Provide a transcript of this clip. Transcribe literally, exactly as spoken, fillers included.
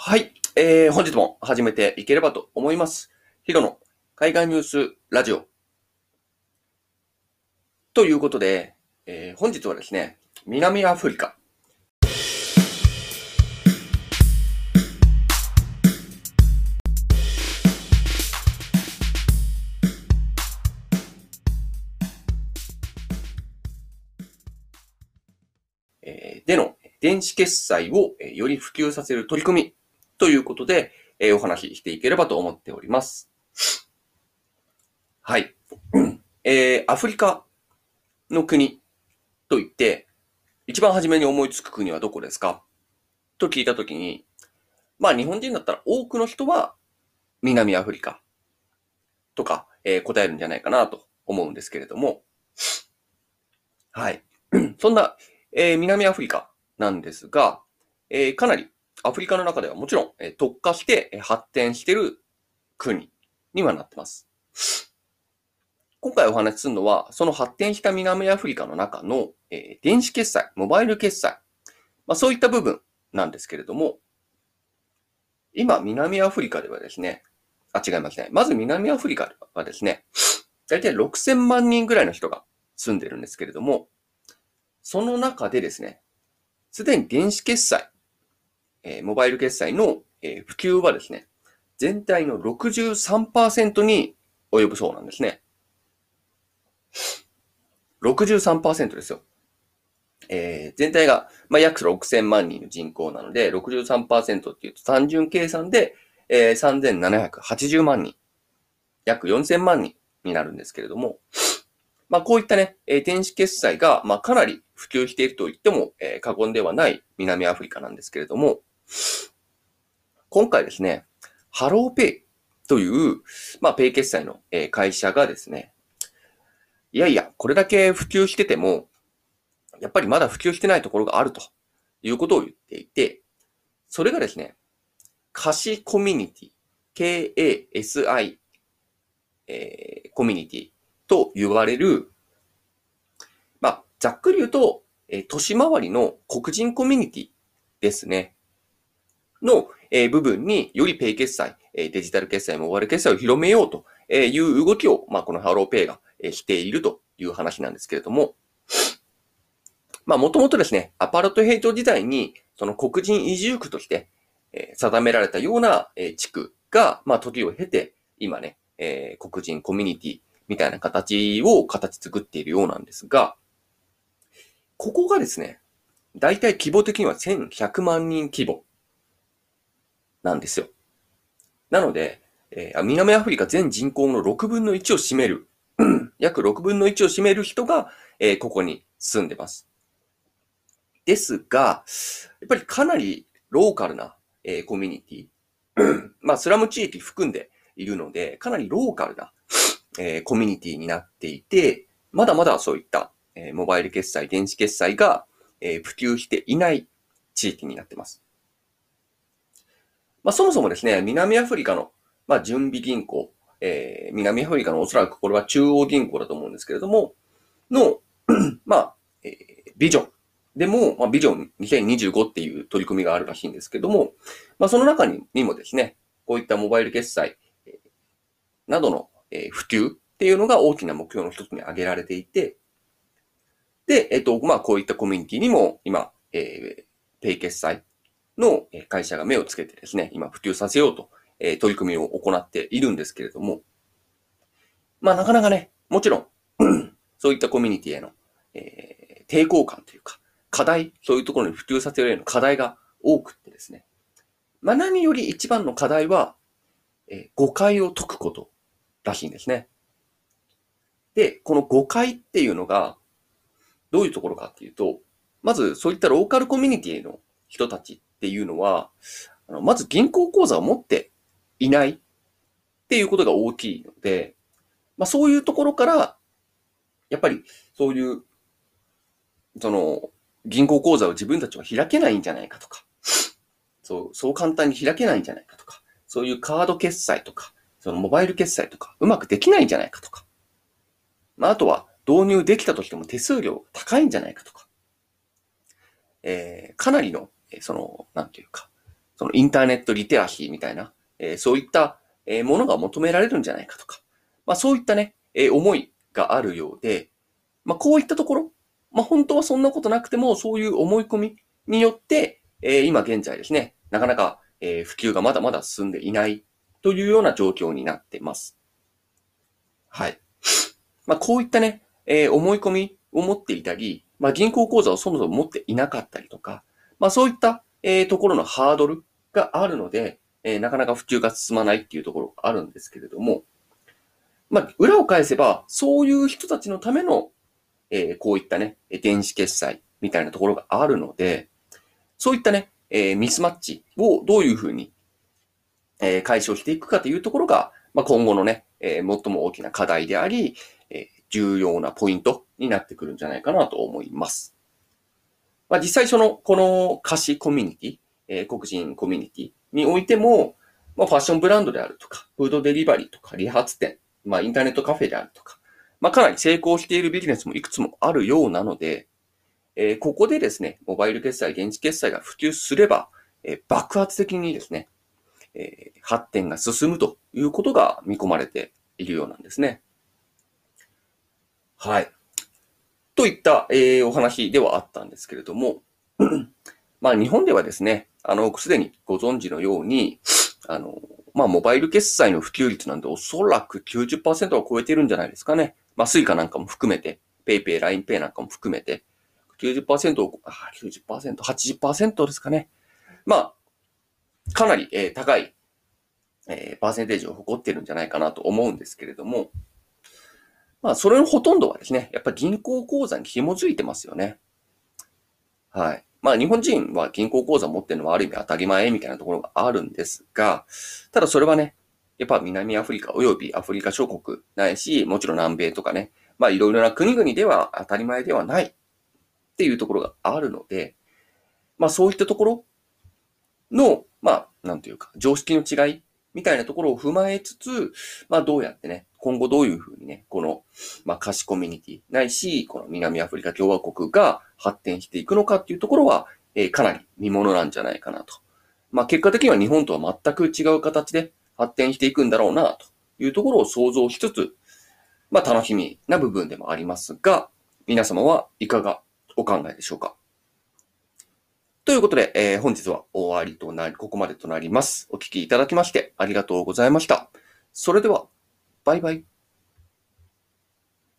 はい。えー、本日も始めていければと思います。ヒロの海外ニュースラジオ。ということで、えー、本日はですね、南アフリカ。えー、での電子決済をより普及させる取り組みということで、えー、お話ししていければと思っております。はい。えー、アフリカの国といって、一番初めに思いつく国はどこですかと聞いたときに、まあ日本人だったら多くの人は南アフリカとか、えー、答えるんじゃないかなと思うんですけれども、はい。そんな、えー、南アフリカなんですが、えー、かなりアフリカの中ではもちろん、えー、特化して発展している国にはなってます。今回お話しするのは、その発展した南アフリカの中の、えー、電子決済、モバイル決済、まあ、そういった部分なんですけれども、今、南アフリカではですね、あ、違いますね。まず南アフリカはですね、だいたいろくせんまん人ぐらいの人が住んでるんですけれども、その中でですね、すでに電子決済、えー、モバイル決済の、えー、普及はですね、全体の ろくじゅうさんパーセント に及ぶそうなんですね。ろくじゅうさんパーセント ですよ。えー、全体が、まあ、約ろくせんまん人の人口なので、ろくじゅうさんパーセント っていうと単純計算で、えー、さんぜんななひゃくはちじゅうまん人、約よんせんまん人になるんですけれども、まあ、こういったね、えー、電子決済が、まあ、かなり普及していると言っても、えー、過言ではない南アフリカなんですけれども、今回ですね、ハローペイという、まあ、ペイ決済の、えー、会社がですね、いやいや、これだけ普及してても、やっぱりまだ普及してないところがあるということを言っていて、それがですね、貸しコミュニティ、ケーエーエスアイ、えー、コミュニティと言われる、まあ、ざっくり言うと、えー、都市回りの黒人コミュニティですね。の、えー、部分によりペイ決済、えー、デジタル決済、モバイル決済を広めようという動きを、まあ、このハローペイが、えー、しているという話なんですけれども、まあ、もともとですね、アパルトヘイト時代に、その黒人移住区として、えー、定められたような、えー、地区が、まあ、時を経て、今ね、えー、黒人コミュニティみたいな形を形作っているようなんですが、ここがですね、だいたい規模的にはせんひゃくまん人規模なんですよ。なので、えー、南アフリカ全人口のろくぶんのいちを占める、約ろくぶんのいちを占める人が、えー、ここに住んでます。ですが、やっぱりかなりローカルな、えー、コミュニティ、まあ、スラム地域含んでいるので、かなりローカルな、えー、コミュニティになっていて、まだまだそういった、えー、モバイル決済、電子決済が、えー、普及していない地域になっています。まあ、そもそもですね、南アフリカの、まあ、準備銀行、えー、南アフリカのおそらくこれは中央銀行だと思うんですけれども、の、まあ、えー、ビジョン。でも、まあ、ビジョンにせんにじゅうごっていう取り組みがあるらしいんですけども、まあ、その中ににもですね、こういったモバイル決済などの普及っていうのが大きな目標の一つに挙げられていて、で、えっと、まあ、こういったコミュニティにも今、えー、ペイ決済の会社が目をつけてですね、今普及させようと、えー、取り組みを行っているんですけれども、まあ、なかなかね、もちろん、そういったコミュニティへの、えー、抵抗感というか、課題、そういうところに普及させるような課題が多くってですね。まあ、何より一番の課題は、えー、誤解を解くことらしいんですね。で、この誤解っていうのが、どういうところかっていうと、まずそういったローカルコミュニティの人たちっていうのは、あのまず銀行口座を持っていないっていうことが大きいので、まあそういうところから、やっぱりそういう、その、銀行口座を自分たちは開けないんじゃないかとか、そう、そう簡単に開けないんじゃないかとか、そういうカード決済とか、そのモバイル決済とか、うまくできないんじゃないかとか、まああとは導入できたとしても手数料高いんじゃないかとか、えー、かなりの、その、なんていうか、 そのインターネットリテラシーみたいな、えー、そういった、えー、ものが求められるんじゃないかとか、まあそういったね、えー、思いがあるようで、まあこういったところ、まあ本当はそんなことなくても、そういう思い込みによって、えー、今現在ですね、なかなか、えー、普及がまだまだ進んでいないというような状況になっています。はい。まあこういったね、えー、思い込みを持っていたり、まあ銀行口座をそもそも持っていなかったりとか、まあそういった、えー、ところのハードルがあるので、えー、なかなか普及が進まないっていうところがあるんですけれども、まあ裏を返せば、そういう人たちのための、えー、こういったね、電子決済みたいなところがあるので、そういったね、えー、ミスマッチをどういうふうに、えー、解消していくかというところが、まあ、今後のね、えー、最も大きな課題であり、えー、重要なポイントになってくるんじゃないかなと思います。まあ、実際その、この貸しコミュニティ、えー、黒人コミュニティにおいても、まあ、ファッションブランドであるとか、フードデリバリーとか、理髪店、まあ、インターネットカフェであるとか、まあ、かなり成功しているビジネスもいくつもあるようなので、えー、ここでですね、モバイル決済、電子決済が普及すれば、えー、爆発的にですね、えー、発展が進むということが見込まれているようなんですね。はい。といった、えー、お話ではあったんですけれども、まあ日本ではですね、あの、すでにご存知のように、あの、まあモバイル決済の普及率なんておそらくきゅうじゅっパーセントは超えてるんじゃないですかね。まあスイカなんかも含めて、PayPay、ラインペイ なんかも含めて、きゅうじゅっパーセントを、あ、きゅうじゅっパーセント、はちじゅっパーセントですかね。まあ、かなり、えー、高い、えー、パーセンテージを誇ってるんじゃないかなと思うんですけれども、まあ、それのほとんどはですね、やっぱり銀行口座に紐づいてますよね。はい。まあ、日本人は銀行口座を持ってるのはある意味当たり前みたいなところがあるんですが、ただそれはね、やっぱ南アフリカ及びアフリカ諸国ないし、もちろん南米とかね、まあいろいろな国々では当たり前ではないっていうところがあるので、まあそういったところの、まあ、なんというか、常識の違いみたいなところを踏まえつつ、まあどうやってね、今後どういうふうにね、この、まあ貸しコミュニティないし、この南アフリカ共和国が発展していくのかっていうところは、えー、かなり見ものなんじゃないかなと。まあ結果的には日本とは全く違う形で発展していくんだろうな、というところを想像しつつ、まあ楽しみな部分でもありますが、皆様はいかがお考えでしょうか。ということで、えー、本日は終わりとなり、ここまでとなります。お聞きいただきましてありがとうございました。それでは、バイバイ。